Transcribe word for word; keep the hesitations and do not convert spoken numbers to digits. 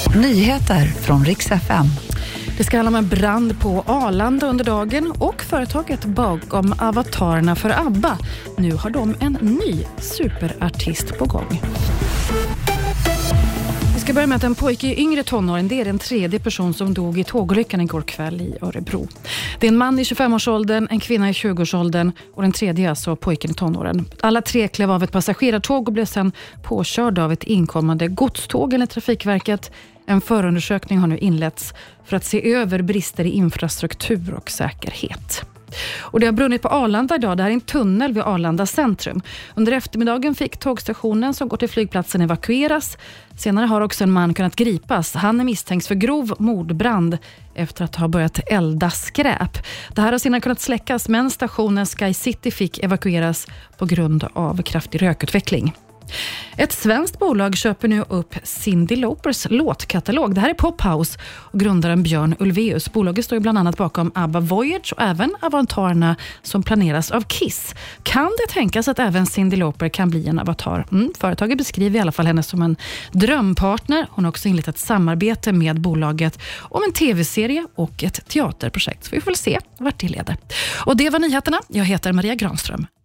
Nyheter från Rix F M. Det ska handla om en brand på Arlanda under dagen och företaget bakom avatarerna för ABBA. Nu har de en ny superartist på gång. Vi ska börja med att en pojke i yngre tonåren, det är den tredje person som dog i tågolyckan igår kväll i Örebro. Det är en man i tjugofemårsåldern, en kvinna i tjugoårsåldern och den tredje alltså pojken i tonåren. Alla tre klev av ett passagerartåg och blev sedan påkörda av ett inkommande godståg enligt Trafikverket. En förundersökning har nu inletts för att se över brister i infrastruktur och säkerhet. Och det har brunnit på Arlanda idag. Det här är en tunnel vid Arlanda centrum. Under eftermiddagen fick tågstationen som går till flygplatsen evakueras. Senare har också en man kunnat gripas. Han är misstänkt för grov mordbrand efter att ha börjat elda skräp. Det här har sedan kunnat släckas, men stationen Sky City fick evakueras på grund av kraftig rökutveckling. Ett svenskt bolag köper nu upp Cyndi Laupers låtkatalog. Det här är Pophouse och grundaren Björn Ulvaeus. Bolaget står ju bland annat bakom ABBA Voyage och även avatarerna som planeras av Kiss. Kan det tänkas att även Cyndi Lauper kan bli en avatar? Mm, företaget beskriver i alla fall henne som en drömpartner. Hon har också inlett ett samarbete med bolaget om en tv-serie och ett teaterprojekt. Så vi får väl se vart det leder. Och det var nyheterna. Jag heter Maria Granström.